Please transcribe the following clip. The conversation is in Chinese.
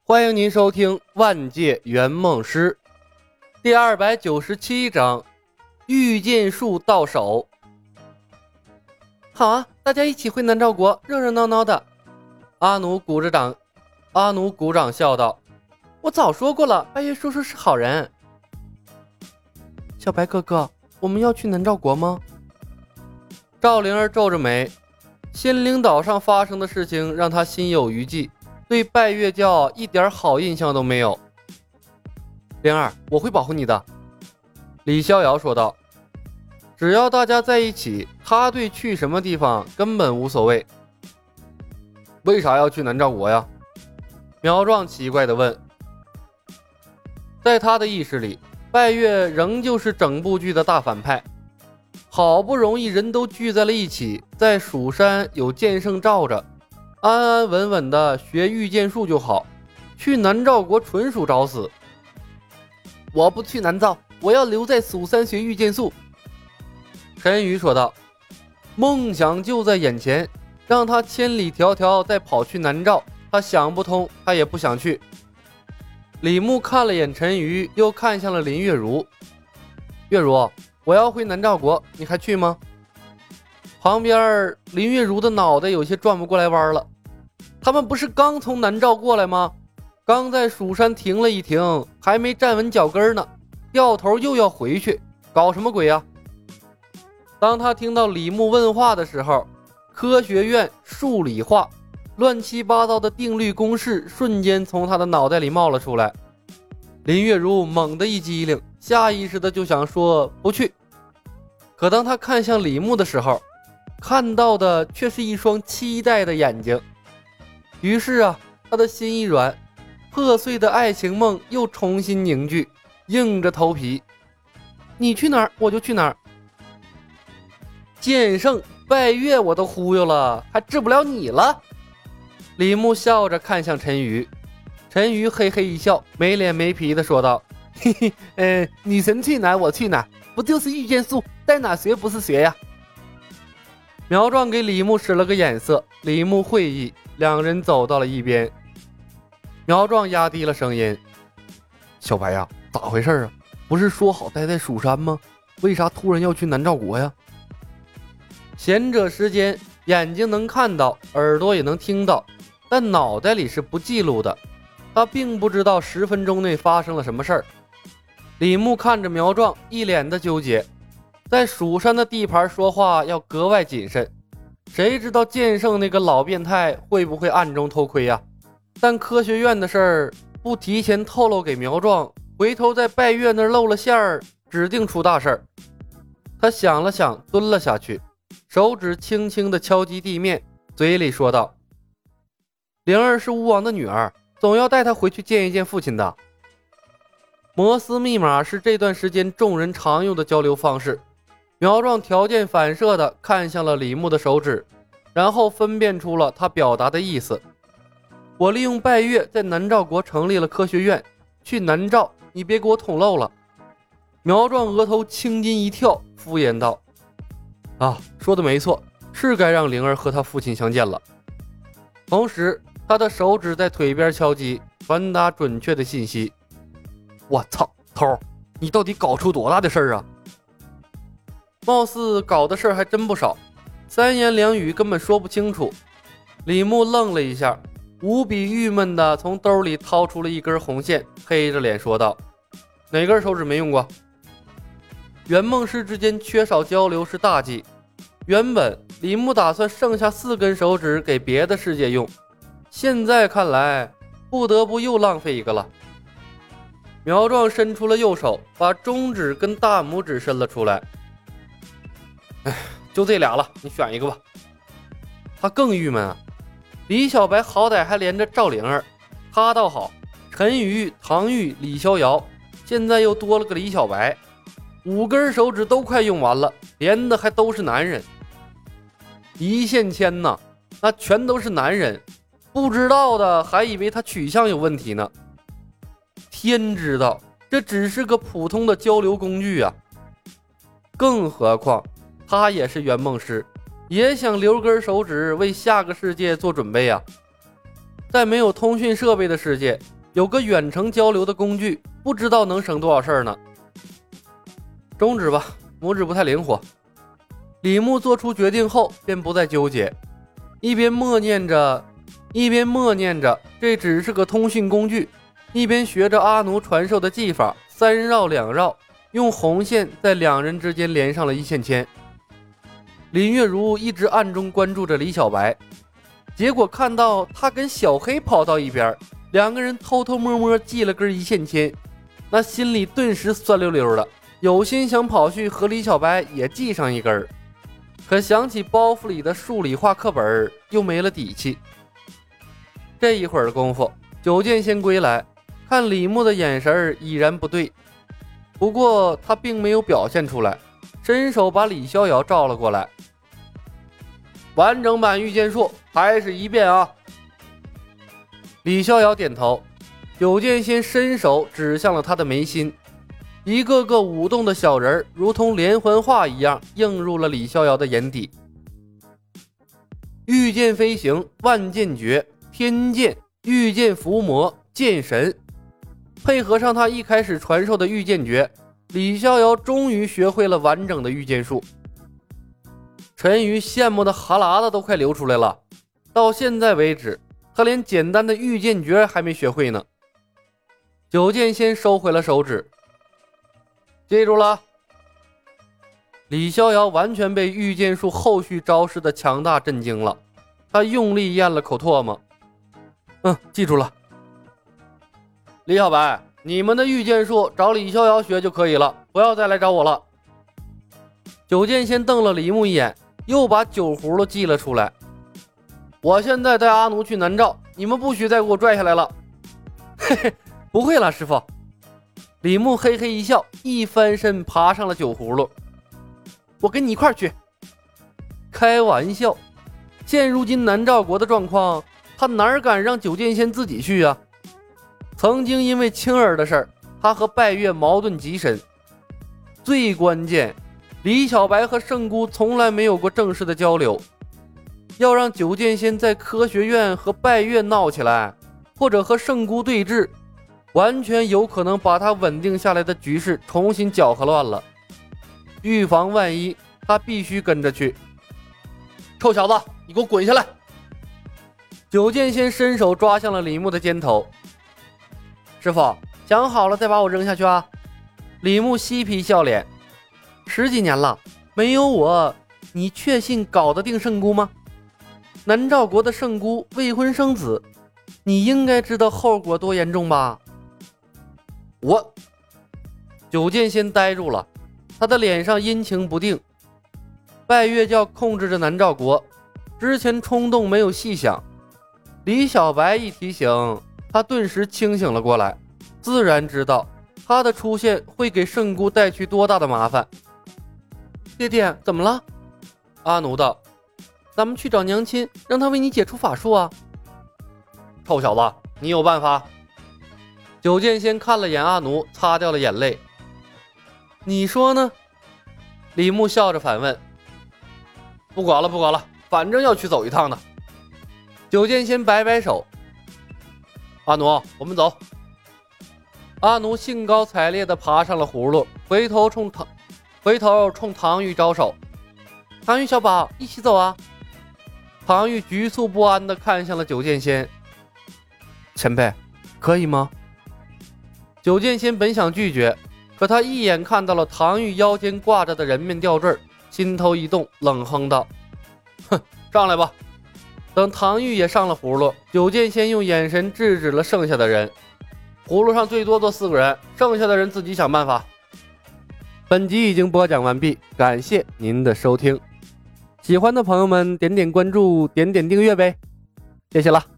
欢迎您收听《万界圆梦师》第297章御剑术到手。好啊，大家一起回南诏国，热热闹闹的。阿努鼓掌笑道：我早说过了，拜月叔叔是好人。小白哥哥，我们要去南诏国吗？赵灵儿皱着眉，仙灵岛上发生的事情让她心有余悸，对拜月教一点好印象都没有。灵儿，我会保护你的。李逍遥说道。只要大家在一起，他对去什么地方根本无所谓。为啥要去南诏国呀？苗壮奇怪地问。在他的意识里，拜月仍旧是整部剧的大反派。好不容易人都聚在了一起，在蜀山有剑圣罩着，安安稳稳的学御剑术就好，去南诏国纯属找死。我不去南诏，我要留在蜀山学御剑术。陈宇说道。梦想就在眼前，让他千里迢迢再跑去南诏，他想不通，他也不想去。李牧看了眼陈宇，又看向了林月如。月如，我要回南诏国，你还去吗？旁边林月如的脑袋有些转不过来弯了。他们不是刚从南诏过来吗？刚在蜀山停了一停，还没站稳脚跟呢，掉头又要回去，搞什么鬼啊？当他听到李牧问话的时候，科学院数理化乱七八糟的定律公式瞬间从他的脑袋里冒了出来。林月如猛地一激灵，下意识的就想说不去。可当他看向李牧的时候，看到的却是一双期待的眼睛。于是啊，他的心一软，破碎的爱情梦又重新凝聚，硬着头皮，你去哪儿我就去哪儿。剑圣拜月我都忽悠了，还治不了你了。李牧笑着看向陈宇，陈宇嘿嘿一笑，没脸没皮的说道：嘿嘿，女神去哪儿我去哪儿，不就是御剑术，在哪学不是学呀。苗壮给李牧使了个眼色，李牧会意，两人走到了一边。苗壮压低了声音：小白呀，咋回事啊？不是说好待在蜀山吗？为啥突然要去南诏国呀？贤者时间，眼睛能看到，耳朵也能听到，但脑袋里是不记录的。他并不知道10分钟内发生了什么事儿。李牧看着苗壮，一脸的纠结。在蜀山的地盘说话要格外谨慎，谁知道剑圣那个老变态会不会暗中偷窥呀？但科学院的事儿不提前透露给苗壮，回头在拜月那儿露了馅儿，指定出大事儿。他想了想，蹲了下去，手指轻轻地敲击地面，嘴里说道：灵儿是巫王的女儿，总要带她回去见一见父亲的。摩斯密码是这段时间众人常用的交流方式。苗壮条件反射地看向了李牧的手指，然后分辨出了他表达的意思。我利用拜月在南诏国成立了科学院，去南诏你别给我捅漏了。苗壮额头青筋一跳，敷衍道：啊，说的没错，是该让灵儿和他父亲相见了。同时他的手指在腿边敲击，传达准确的信息。我操，头，你到底搞出多大的事儿啊？貌似搞的事儿还真不少，三言两语根本说不清楚。李牧愣了一下，无比郁闷地从兜里掏出了一根红线，黑着脸说道：哪根手指没用过？圆梦师之间缺少交流是大忌，原本李牧打算剩下4根手指给别的世界用，现在看来不得不又浪费一个了。苗壮伸出了右手，把中指跟大拇指伸了出来。就这俩了，你选一个吧。他更郁闷啊，李小白好歹还连着赵灵儿，他倒好，陈宇、唐玉、李逍遥，现在又多了个李小白，5根手指都快用完了，连的还都是男人。一线牵呐，那全都是男人，不知道的还以为他取向有问题呢。天知道，这只是个普通的交流工具啊。更何况他也是圆梦师，也想留根手指为下个世界做准备啊。在没有通讯设备的世界， 有个远程交流的工具，不知道能省多少事儿呢。中指吧，拇指不太灵活。李牧做出决定后便不再纠结，一边默念着这只是个通讯工具，一边学着阿奴传授的技法，三绕两绕，用红线在两人之间连上了一线牵。林月如一直暗中关注着李小白，结果看到他跟小黑跑到一边，两个人偷偷摸摸系了根一线牵，那心里顿时酸溜溜的，有心想跑去和李小白也系上一根，可想起包袱里的数理化课本，又没了底气。这一会儿功夫，九剑仙归来，看李牧的眼神已然不对，不过他并没有表现出来，伸手把李逍遥召了过来。完整版御剑术还是一遍啊。李逍遥点头，九剑仙伸手指向了他的眉心，一个个舞动的小人如同连环画一样映入了李逍遥的眼底。御剑飞行、万剑诀、天剑、御剑伏魔、剑神，配合上他一开始传授的御剑诀，李逍遥终于学会了完整的御剑术。陈瑜羡慕的哈喇子都快流出来了，到现在为止他连简单的御剑诀还没学会呢。九剑仙收回了手指，记住了。李逍遥完全被御剑术后续招式的强大震惊了，他用力咽了口唾沫。记住了。李小白，你们的御剑术找李逍遥学就可以了，不要再来找我了。九剑仙瞪了李牧一眼，又把酒葫芦寄了出来。我现在带阿奴去南诏，你们不许再给我拽下来了。嘿嘿，不会了，师傅。李牧嘿嘿一笑，一翻身爬上了酒葫芦。我跟你一块儿去。开玩笑，现如今南诏国的状况，他哪敢让九剑仙自己去啊？曾经因为青儿的事儿，他和拜月矛盾极深。最关键，李小白和圣姑从来没有过正式的交流。要让九剑仙在科学院和拜月闹起来，或者和圣姑对峙，完全有可能把他稳定下来的局势重新搅和乱了。预防万一，他必须跟着去。臭小子，你给我滚下来！九剑仙伸手抓向了李牧的肩头。师傅，想好了再把我扔下去啊？李牧嬉皮笑脸。10几年了，没有我，你确信搞得定圣姑吗？南诏国的圣姑未婚生子，你应该知道后果多严重吧？九剑仙呆住了，他的脸上阴晴不定。拜月教控制着南诏国，之前冲动没有细想，李小白一提醒，他顿时清醒了过来，自然知道他的出现会给圣姑带去多大的麻烦。爹爹，怎么了？阿奴道，咱们去找娘亲，让她为你解除法术啊。臭小子，你有办法？九剑仙看了眼阿奴，擦掉了眼泪。你说呢？李牧笑着反问。不管了，反正要去走一趟的。九剑仙摆摆手。阿奴，我们走。阿奴兴高采烈地爬上了葫芦，回头冲唐玉招手。唐玉小宝，一起走啊。唐玉局促不安地看向了九剑仙。前辈，可以吗？九剑仙本想拒绝，可他一眼看到了唐玉腰间挂着的人面吊坠，心头一动，冷哼道：哼，上来吧。等唐玉也上了葫芦，九剑仙用眼神制止了剩下的人。葫芦上最多坐4个人，剩下的人自己想办法。本集已经播讲完毕，感谢您的收听。喜欢的朋友们点点关注，点点订阅呗，谢谢了。